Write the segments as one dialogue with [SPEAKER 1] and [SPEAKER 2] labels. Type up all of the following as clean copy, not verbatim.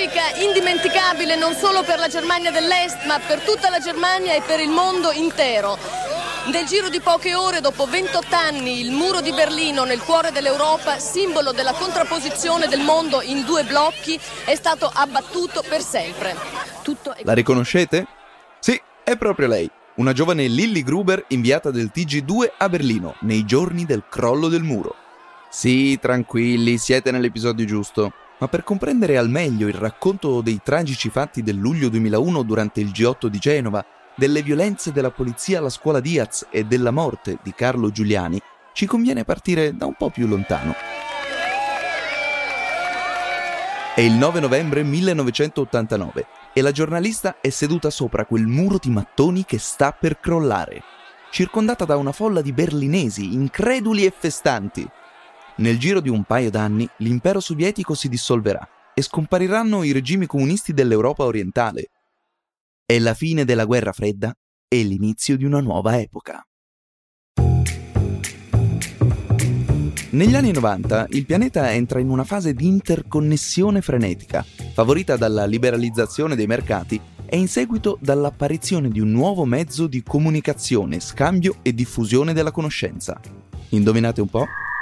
[SPEAKER 1] domenica indimenticabile non solo per la Germania dell'Est, ma per tutta la Germania e per il mondo intero. Nel giro di poche ore, dopo 28 anni, il muro di Berlino nel cuore dell'Europa, simbolo della contrapposizione del mondo in due blocchi, è stato abbattuto per sempre.
[SPEAKER 2] La riconoscete? Sì, è proprio lei, una giovane Lilly Gruber inviata del TG2 a Berlino nei giorni del crollo del muro. Sì, tranquilli, siete nell'episodio giusto. Ma per comprendere al meglio il racconto dei tragici fatti del luglio 2001 durante il G8 di Genova, delle violenze della polizia alla scuola Diaz e della morte di Carlo Giuliani, ci conviene partire da un po' più lontano. È il 9 novembre 1989 e la giornalista è seduta sopra quel muro di mattoni che sta per crollare, circondata da una folla di berlinesi increduli e festanti. Nel giro di un paio d'anni l'impero sovietico si dissolverà e scompariranno i regimi comunisti dell'Europa orientale. È la fine della guerra fredda e l'inizio di una nuova epoca. Negli anni 90 il pianeta entra in una fase di interconnessione frenetica, favorita dalla liberalizzazione dei mercati e in seguito dall'apparizione di un nuovo mezzo di comunicazione, scambio e diffusione della conoscenza. Indovinate un po'?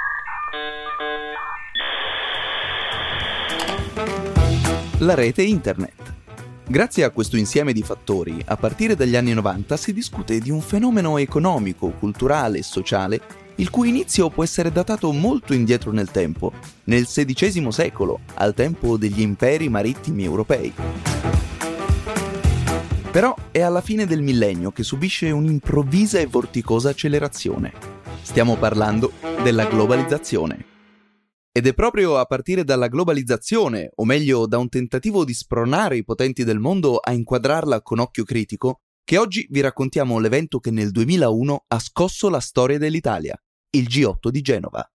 [SPEAKER 2] La rete internet. Grazie a questo insieme di fattori, a partire dagli anni 90 si discute di un fenomeno economico, culturale e sociale il cui inizio può essere datato molto indietro nel tempo, nel XVI secolo, al tempo degli imperi marittimi europei. Però è alla fine del millennio che subisce un'improvvisa e vorticosa accelerazione. Stiamo parlando della globalizzazione. Ed è proprio a partire dalla globalizzazione, o meglio da un tentativo di spronare i potenti del mondo a inquadrarla con occhio critico, che oggi vi raccontiamo l'evento che nel 2001 ha scosso la storia dell'Italia, il G8 di Genova.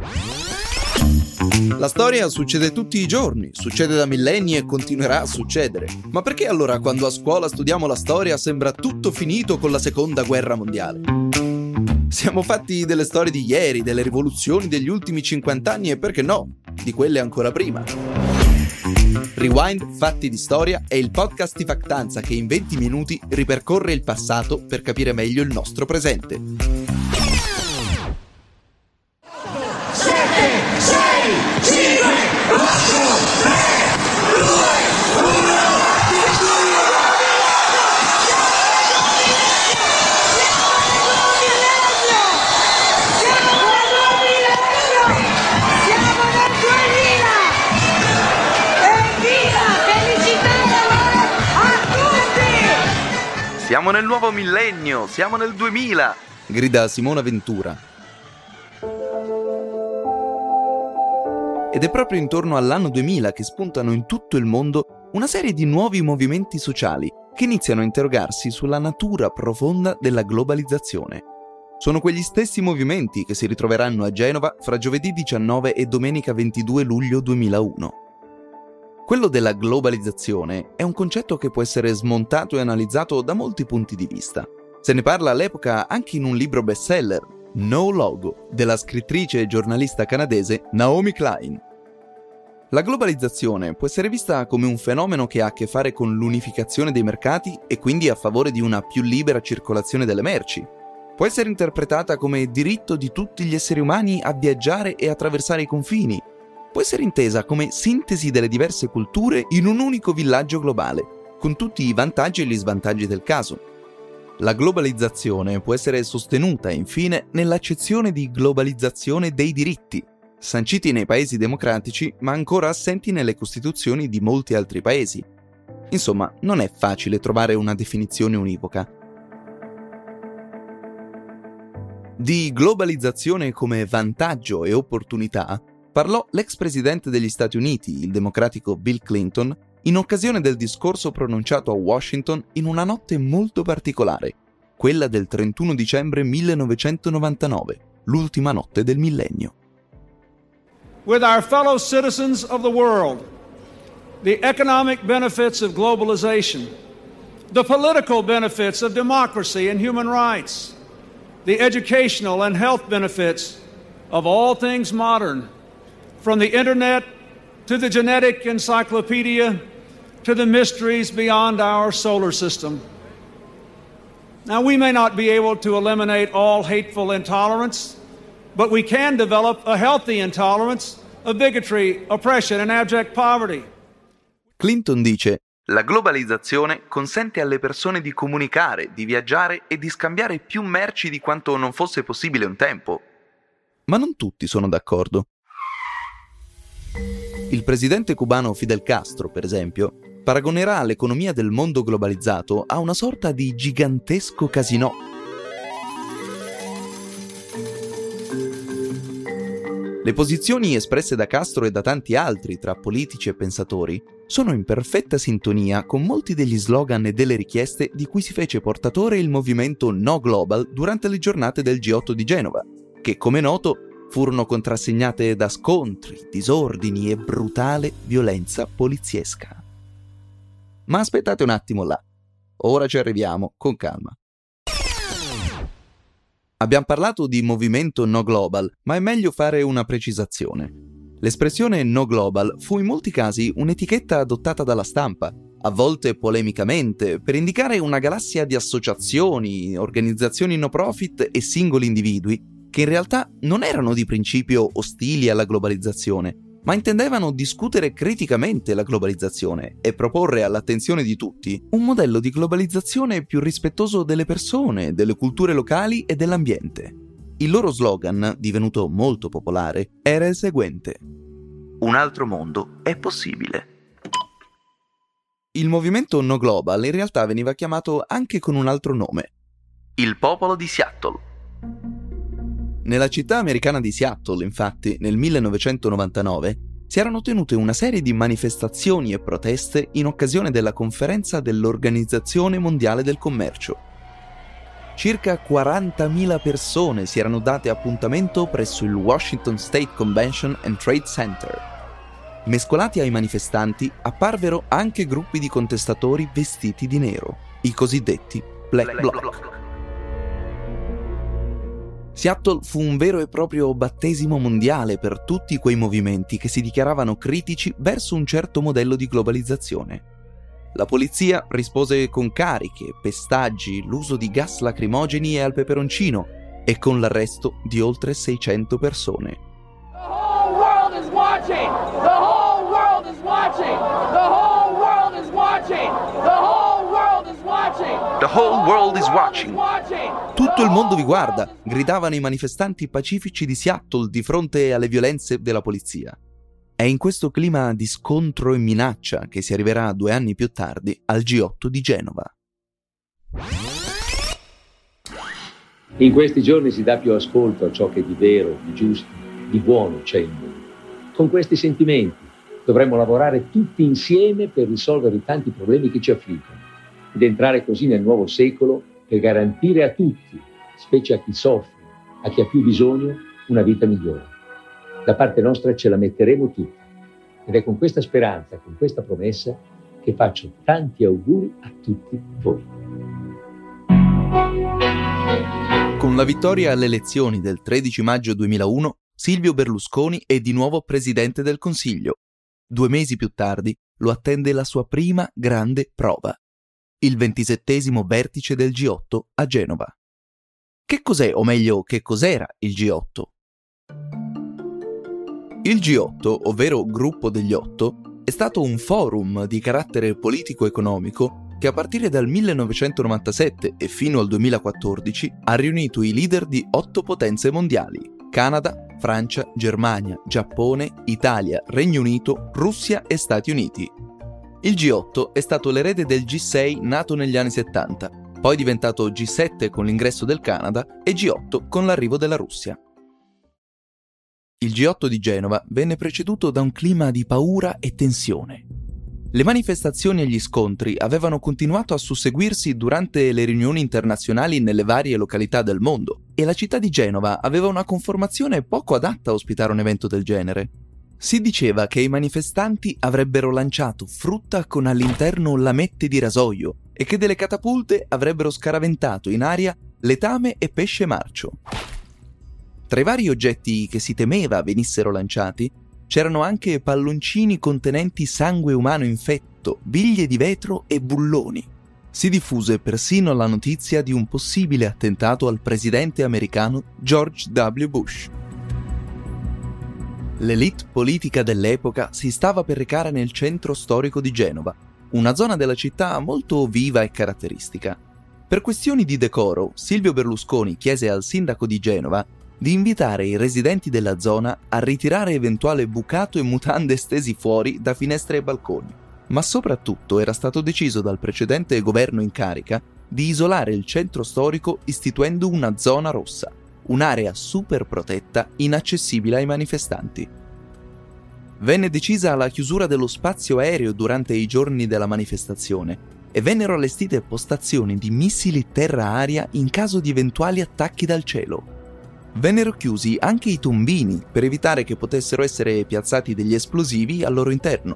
[SPEAKER 2] La storia succede tutti i giorni, succede da millenni e continuerà a succedere. Ma perché allora quando a scuola studiamo la storia sembra tutto finito con la seconda guerra mondiale? Siamo fatti delle storie di ieri, delle rivoluzioni degli ultimi 50 anni e perché no, di quelle ancora prima. Rewind Fatti di Storia è il podcast di Factanza che in 20 minuti ripercorre il passato per capire meglio il nostro presente.
[SPEAKER 3] 7, 6, 5, 4, 3, 2, 1.
[SPEAKER 2] Siamo nel nuovo millennio, siamo nel 2000, grida Simona Ventura. Ed è proprio intorno all'anno 2000 che spuntano in tutto il mondo una serie di nuovi movimenti sociali che iniziano a interrogarsi sulla natura profonda della globalizzazione. Sono quegli stessi movimenti che si ritroveranno a Genova fra giovedì 19 e domenica 22 luglio 2001. Quello della globalizzazione è un concetto che può essere smontato e analizzato da molti punti di vista. Se ne parla all'epoca anche in un libro bestseller, No Logo, della scrittrice e giornalista canadese Naomi Klein. La globalizzazione può essere vista come un fenomeno che ha a che fare con l'unificazione dei mercati e quindi a favore di una più libera circolazione delle merci. Può essere interpretata come diritto di tutti gli esseri umani a viaggiare e attraversare i confini. Può essere intesa come sintesi delle diverse culture in un unico villaggio globale, con tutti i vantaggi e gli svantaggi del caso. La globalizzazione può essere sostenuta, infine, nell'accezione di globalizzazione dei diritti, sanciti nei paesi democratici ma ancora assenti nelle costituzioni di molti altri paesi. Insomma, non è facile trovare una definizione univoca. Di globalizzazione come vantaggio e opportunità parlò l'ex presidente degli Stati Uniti, il democratico Bill Clinton, in occasione del discorso pronunciato a Washington in una notte molto particolare, quella del 31 dicembre 1999, l'ultima notte del millennio.
[SPEAKER 4] With our fellow citizens of the world, the economic benefits of globalization, the political benefits of democracy and human rights, the educational and health benefits of all things modern, from the internet to the genetic encyclopedia to the mysteries beyond our solar system. Now, we may not be able to eliminate all hateful intolerance, but we can develop a healthy intolerance of bigotry, oppression, and abject poverty.
[SPEAKER 2] Clinton dice: la globalizzazione consente alle persone di comunicare, di viaggiare e di scambiare più merci di quanto non fosse possibile un tempo. Ma non tutti sono d'accordo. Il presidente cubano Fidel Castro, per esempio, paragonerà l'economia del mondo globalizzato a una sorta di gigantesco casinò. Le posizioni espresse da Castro e da tanti altri tra politici e pensatori sono in perfetta sintonia con molti degli slogan e delle richieste di cui si fece portatore il movimento No Global durante le giornate del G8 di Genova, che, come noto, furono contrassegnate da scontri, disordini e brutale violenza poliziesca. Ma aspettate un attimo là. Ora ci arriviamo, con calma. Abbiamo parlato di movimento No Global, ma è meglio fare una precisazione. L'espressione No Global fu in molti casi un'etichetta adottata dalla stampa, a volte polemicamente, per indicare una galassia di associazioni, organizzazioni no profit e singoli individui che in realtà non erano di principio ostili alla globalizzazione, ma intendevano discutere criticamente la globalizzazione e proporre all'attenzione di tutti un modello di globalizzazione più rispettoso delle persone, delle culture locali e dell'ambiente. Il loro slogan, divenuto molto popolare, era il seguente: un altro mondo è possibile. Il movimento No Global in realtà veniva chiamato anche con un altro nome: il popolo di Seattle. Nella città americana di Seattle, infatti, nel 1999, si erano tenute una serie di manifestazioni e proteste in occasione della conferenza dell'Organizzazione Mondiale del Commercio. Circa 40.000 persone si erano date appuntamento presso il Washington State Convention and Trade Center. Mescolati ai manifestanti apparvero anche gruppi di contestatori vestiti di nero, i cosiddetti Black Bloc. Seattle fu un vero e proprio battesimo mondiale per tutti quei movimenti che si dichiaravano critici verso un certo modello di globalizzazione. La polizia rispose con cariche, pestaggi, l'uso di gas lacrimogeni e al peperoncino e con l'arresto di oltre 600 persone.
[SPEAKER 3] The whole world is watching! The whole world is watching! The whole world is watching! The whole world is watching!
[SPEAKER 2] The whole world is watching! Tutto il mondo vi guarda, gridavano i manifestanti pacifici di Seattle di fronte alle violenze della polizia. È in questo clima di scontro e minaccia che si arriverà 2 anni più tardi al G8 di Genova.
[SPEAKER 5] In questi giorni si dà più ascolto a ciò che di vero, di giusto, di buono c'è in noi. Con questi sentimenti dovremmo lavorare tutti insieme per risolvere i tanti problemi che ci affliggono ed entrare così nel nuovo secolo per garantire a tutti, specie a chi soffre, a chi ha più bisogno, una vita migliore. Da parte nostra ce la metteremo tutti ed è con questa speranza, con questa promessa che faccio tanti auguri a tutti voi.
[SPEAKER 2] Con la vittoria alle elezioni del 13 maggio 2001, Silvio Berlusconi è di nuovo presidente del Consiglio. 2 mesi più tardi lo attende la sua prima grande prova: il 27° vertice del G8 a Genova. Che cos'è, o meglio, che cos'era il G8? Il G8, ovvero Gruppo degli 8, è stato un forum di carattere politico-economico che a partire dal 1997 e fino al 2014 ha riunito i leader di 8 potenze mondiali: Canada, Francia, Germania, Giappone, Italia, Regno Unito, Russia e Stati Uniti. Il G8 è stato l'erede del G6 nato negli anni 70, poi diventato G7 con l'ingresso del Canada e G8 con l'arrivo della Russia. Il G8 di Genova venne preceduto da un clima di paura e tensione. Le manifestazioni e gli scontri avevano continuato a susseguirsi durante le riunioni internazionali nelle varie località del mondo e la città di Genova aveva una conformazione poco adatta a ospitare un evento del genere. Si diceva che i manifestanti avrebbero lanciato frutta con all'interno lamette di rasoio e che delle catapulte avrebbero scaraventato in aria letame e pesce marcio. Tra i vari oggetti che si temeva venissero lanciati c'erano anche palloncini contenenti sangue umano infetto soprattutto biglie di vetro e bulloni. Si diffuse persino la notizia di un possibile attentato al presidente americano George W. Bush. L'élite politica dell'epoca si stava per recare nel centro storico di Genova, una zona della città molto viva e caratteristica. Per questioni di decoro, Silvio Berlusconi chiese al sindaco di Genova di invitare i residenti della zona a ritirare eventuale bucato e mutande stesi fuori da finestre e balconi. Ma soprattutto era stato deciso dal precedente governo in carica di isolare il centro storico istituendo una zona rossa, un'area super protetta inaccessibile ai manifestanti. Venne decisa la chiusura dello spazio aereo durante i giorni della manifestazione e vennero allestite postazioni di missili terra-aria in caso di eventuali attacchi dal cielo. Vennero chiusi anche i tombini per evitare che potessero essere piazzati degli esplosivi al loro interno.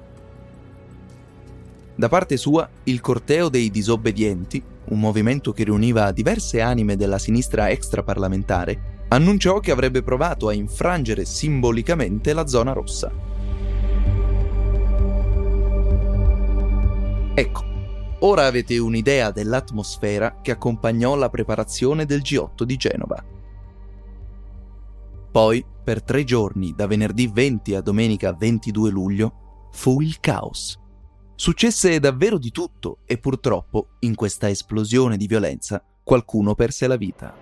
[SPEAKER 2] Da parte sua, il Corteo dei Disobbedienti, un movimento che riuniva diverse anime della sinistra extraparlamentare, annunciò che avrebbe provato a infrangere simbolicamente la zona rossa. Ecco, ora avete un'idea dell'atmosfera che accompagnò la preparazione del G8 di Genova. Poi, per 3 giorni, da venerdì 20 a domenica 22 luglio, fu il caos. Successe davvero di tutto e purtroppo, in questa esplosione di violenza, qualcuno perse la vita.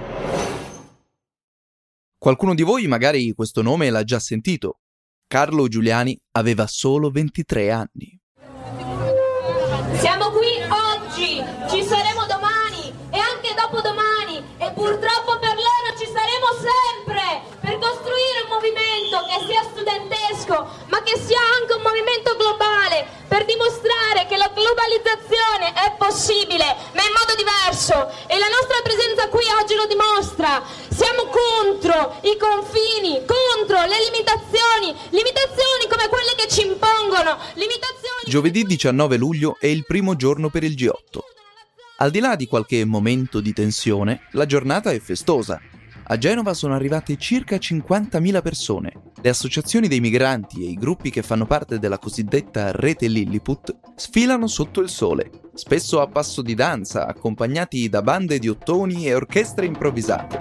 [SPEAKER 2] Qualcuno di voi magari questo nome l'ha già sentito. Carlo Giuliani aveva solo 23 anni.
[SPEAKER 6] Siamo qui oggi, ci saremo domani e anche dopodomani e purtroppo per loro ci saremo sempre per costruire un movimento che sia studentesco ma che sia anche un movimento globale per dimostrare che la globalizzazione è possibile ma in modo diverso e la nostra presenza qui oggi lo dimostra. Siamo contro i confini, contro le limitazioni come quelle che ci impongono, limitazioni.
[SPEAKER 2] Giovedì 19 luglio è il primo giorno per il G8. Al di là di qualche momento di tensione, la giornata è festosa. A Genova sono arrivate circa 50.000 persone. Le associazioni dei migranti e i gruppi che fanno parte della cosiddetta rete Lilliput sfilano sotto il sole, spesso a passo di danza, accompagnati da bande di ottoni e orchestre improvvisate.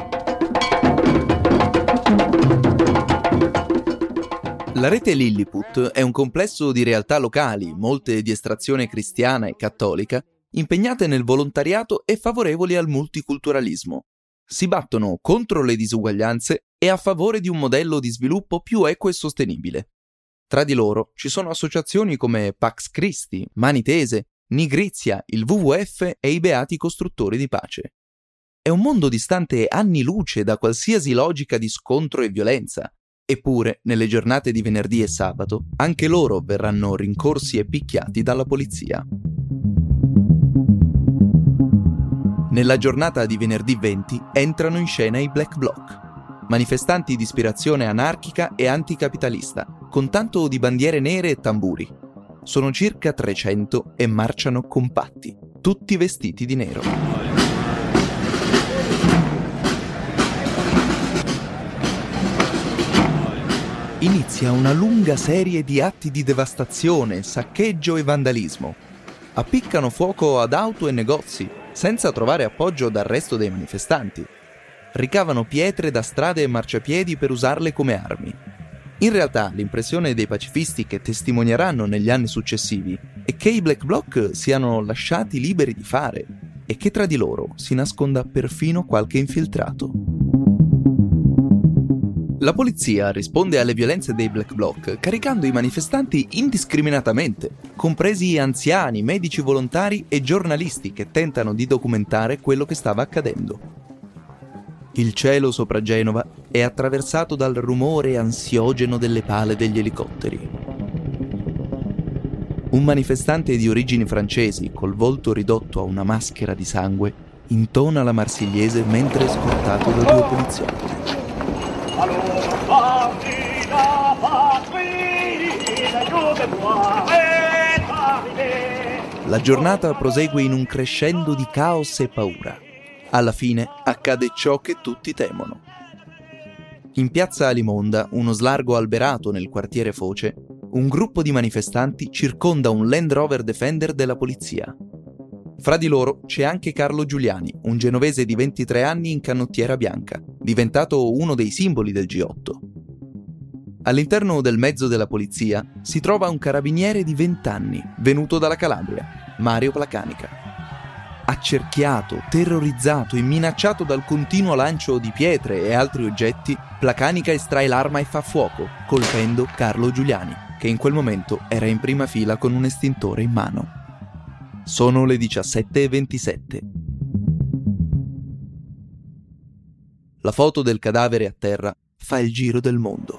[SPEAKER 2] La rete Lilliput è un complesso di realtà locali, molte di estrazione cristiana e cattolica, impegnate nel volontariato e favorevoli al multiculturalismo. Si battono contro le disuguaglianze e a favore di un modello di sviluppo più equo e sostenibile. Tra di loro ci sono associazioni come Pax Christi, Mani Tese, Nigrizia, il WWF e i Beati Costruttori di Pace. È un mondo distante anni luce da qualsiasi logica di scontro e violenza. Eppure, nelle giornate di venerdì e sabato, anche loro verranno rincorsi e picchiati dalla polizia. Nella giornata di venerdì 20 entrano in scena i Black Bloc, manifestanti di ispirazione anarchica e anticapitalista, con tanto di bandiere nere e tamburi. Sono circa 300 e marciano compatti, tutti vestiti di nero. Inizia una lunga serie di atti di devastazione, saccheggio e vandalismo. Appiccano fuoco ad auto e negozi, senza trovare appoggio dal resto dei manifestanti. Ricavano pietre da strade e marciapiedi per usarle come armi. In realtà, l'impressione dei pacifisti che testimonieranno negli anni successivi è che i Black Bloc siano lasciati liberi di fare e che tra di loro si nasconda perfino qualche infiltrato. La polizia risponde alle violenze dei Black Bloc caricando i manifestanti indiscriminatamente, compresi anziani, medici volontari e giornalisti che tentano di documentare quello che stava accadendo. Il cielo sopra Genova è attraversato dal rumore ansiogeno delle pale degli elicotteri. Un manifestante di origini francesi, col volto ridotto a una maschera di sangue, intona la Marsigliese mentre è scortato da 2 poliziotti. La giornata prosegue in un crescendo di caos e paura. Alla fine accade ciò che tutti temono. In piazza Alimonda, uno slargo alberato nel quartiere Foce, un gruppo di manifestanti circonda un Land Rover Defender della polizia. Fra di loro c'è anche Carlo Giuliani, un genovese di 23 anni in canottiera bianca, diventato uno dei simboli del G8. All'interno del mezzo della polizia si trova un carabiniere di 20 anni, venuto dalla Calabria, Mario Placanica. Accerchiato, terrorizzato e minacciato dal continuo lancio di pietre e altri oggetti, Placanica estrae l'arma e fa fuoco, colpendo Carlo Giuliani, che in quel momento era in prima fila con un estintore in mano. Sono le 17:27. La foto del cadavere a terra fa il giro del mondo.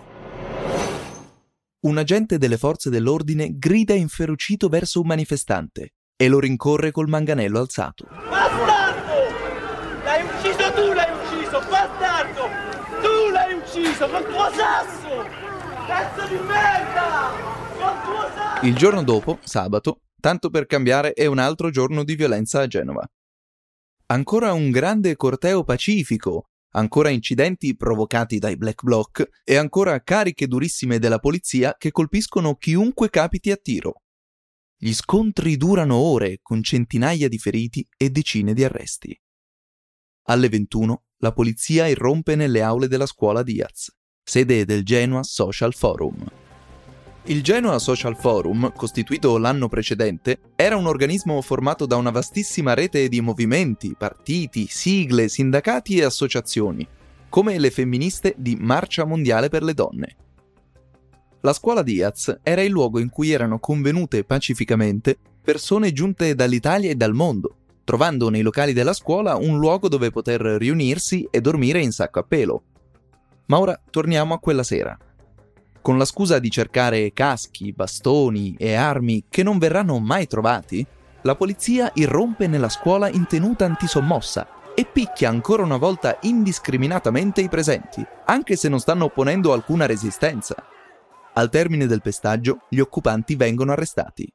[SPEAKER 2] Un agente delle forze dell'ordine grida inferocito verso un manifestante e lo rincorre col manganello alzato.
[SPEAKER 7] Bastardo! L'hai ucciso tu, l'hai ucciso! Bastardo! Tu l'hai ucciso col tuo sasso! Pezzo di merda! Col tuo sasso!
[SPEAKER 2] Il giorno dopo, sabato, tanto per cambiare, è un altro giorno di violenza a Genova. Ancora un grande corteo pacifico, ancora incidenti provocati dai Black Bloc e ancora cariche durissime della polizia che colpiscono chiunque capiti a tiro. Gli scontri durano ore, con centinaia di feriti e decine di arresti. Alle 21 la polizia irrompe nelle aule della scuola Diaz, sede del Genoa Social Forum. Il Genoa Social Forum, costituito l'anno precedente, era un organismo formato da una vastissima rete di movimenti, partiti, sigle, sindacati e associazioni, come le femministe di Marcia Mondiale per le Donne. La scuola Diaz era il luogo in cui erano convenute pacificamente persone giunte dall'Italia e dal mondo, trovando nei locali della scuola un luogo dove poter riunirsi e dormire in sacco a pelo. Ma ora torniamo a quella sera. Con la scusa di cercare caschi, bastoni e armi che non verranno mai trovati, la polizia irrompe nella scuola in tenuta antisommossa e picchia ancora una volta indiscriminatamente i presenti, anche se non stanno opponendo alcuna resistenza. Al termine del pestaggio, gli occupanti vengono arrestati.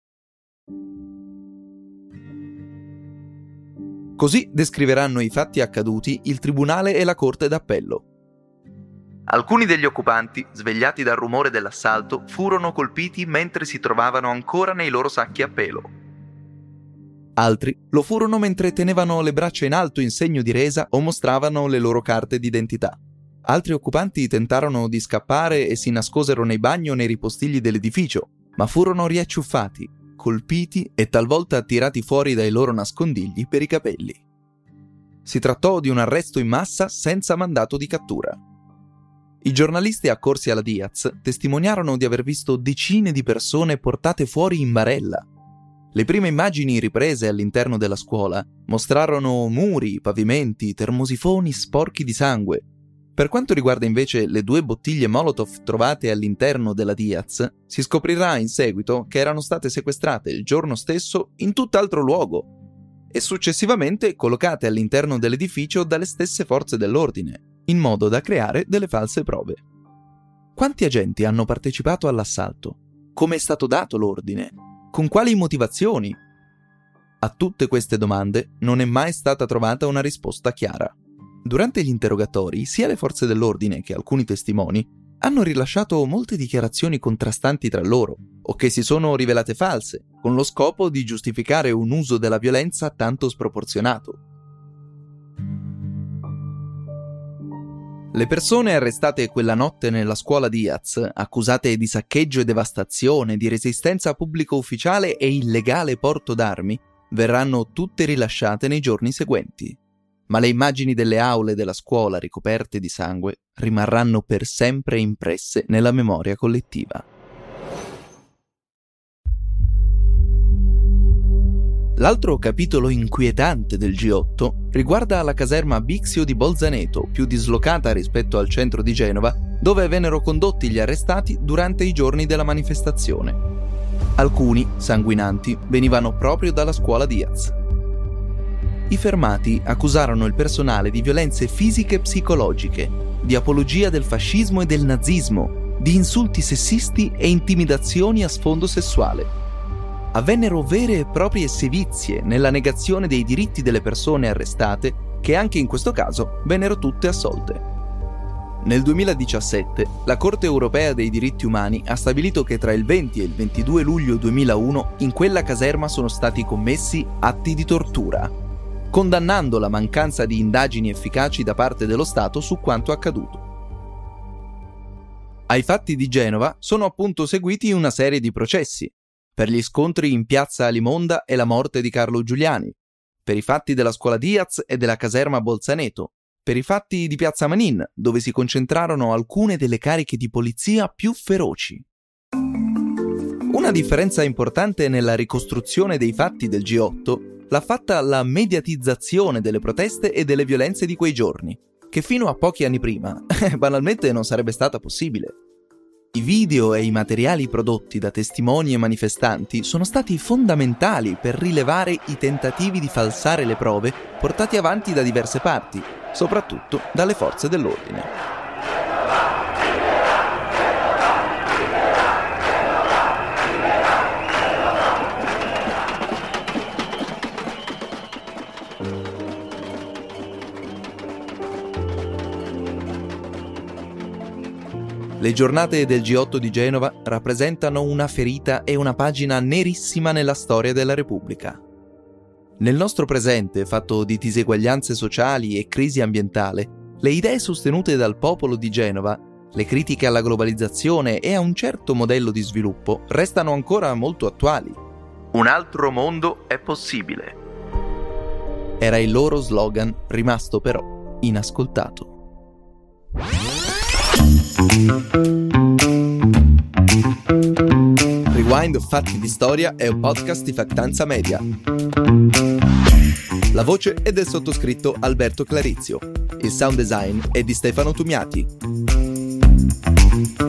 [SPEAKER 2] Così descriveranno i fatti accaduti il tribunale e la corte d'appello. Alcuni degli occupanti, svegliati dal rumore dell'assalto, furono colpiti mentre si trovavano ancora nei loro sacchi a pelo. Altri lo furono mentre tenevano le braccia in alto in segno di resa o mostravano le loro carte d'identità. Altri occupanti tentarono di scappare e si nascosero nei bagni o nei ripostigli dell'edificio, ma furono riacciuffati, colpiti e talvolta tirati fuori dai loro nascondigli per i capelli. Si trattò di un arresto in massa senza mandato di cattura. I giornalisti accorsi alla Diaz testimoniarono di aver visto decine di persone portate fuori in barella. Le prime immagini riprese all'interno della scuola mostrarono muri, pavimenti, termosifoni sporchi di sangue. Per quanto riguarda invece le 2 bottiglie Molotov trovate all'interno della Diaz, si scoprirà in seguito che erano state sequestrate il giorno stesso in tutt'altro luogo e successivamente collocate all'interno dell'edificio dalle stesse forze dell'ordine, in modo da creare delle false prove. Quanti agenti hanno partecipato all'assalto? Come è stato dato l'ordine? Con quali motivazioni? A tutte queste domande non è mai stata trovata una risposta chiara. Durante gli interrogatori, sia le forze dell'ordine che alcuni testimoni hanno rilasciato molte dichiarazioni contrastanti tra loro, o che si sono rivelate false, con lo scopo di giustificare un uso della violenza tanto sproporzionato. Le persone arrestate quella notte nella scuola Diaz, accusate di saccheggio e devastazione, di resistenza pubblico ufficiale e illegale porto d'armi, verranno tutte rilasciate nei giorni seguenti. Ma le immagini delle aule della scuola ricoperte di sangue rimarranno per sempre impresse nella memoria collettiva. L'altro capitolo inquietante del G8 riguarda la caserma Bixio di Bolzaneto, più dislocata rispetto al centro di Genova, dove vennero condotti gli arrestati durante i giorni della manifestazione. Alcuni, sanguinanti, venivano proprio dalla scuola Diaz. I fermati accusarono il personale di violenze fisiche e psicologiche, di apologia del fascismo e del nazismo, di insulti sessisti e intimidazioni a sfondo sessuale. Avvennero vere e proprie sevizie nella negazione dei diritti delle persone arrestate, che anche in questo caso vennero tutte assolte. Nel 2017 la Corte europea dei diritti umani ha stabilito che tra il 20 e il 22 luglio 2001 in quella caserma sono stati commessi atti di tortura, condannando la mancanza di indagini efficaci da parte dello Stato su quanto accaduto. Ai fatti di Genova sono appunto seguiti una serie di processi, per gli scontri in piazza Alimonda e la morte di Carlo Giuliani, per i fatti della scuola Diaz e della caserma Bolzaneto, per i fatti di piazza Manin, dove si concentrarono alcune delle cariche di polizia più feroci. Una differenza importante nella ricostruzione dei fatti del G8 l'ha fatta la mediatizzazione delle proteste e delle violenze di quei giorni, che fino a pochi anni prima banalmente non sarebbe stata possibile. I video e i materiali prodotti da testimoni e manifestanti sono stati fondamentali per rilevare i tentativi di falsare le prove portati avanti da diverse parti, soprattutto dalle forze dell'ordine. Le giornate del G8 di Genova rappresentano una ferita e una pagina nerissima nella storia della Repubblica. Nel nostro presente, fatto di diseguaglianze sociali e crisi ambientale, le idee sostenute dal popolo di Genova, le critiche alla globalizzazione e a un certo modello di sviluppo restano ancora molto attuali. Un altro mondo è possibile. Era il loro slogan, rimasto però inascoltato. Rewind Fatti di Storia è un podcast di Factanza Media. La voce è del sottoscritto Alberto Clarizio. Il sound design è di Stefano Tumiati.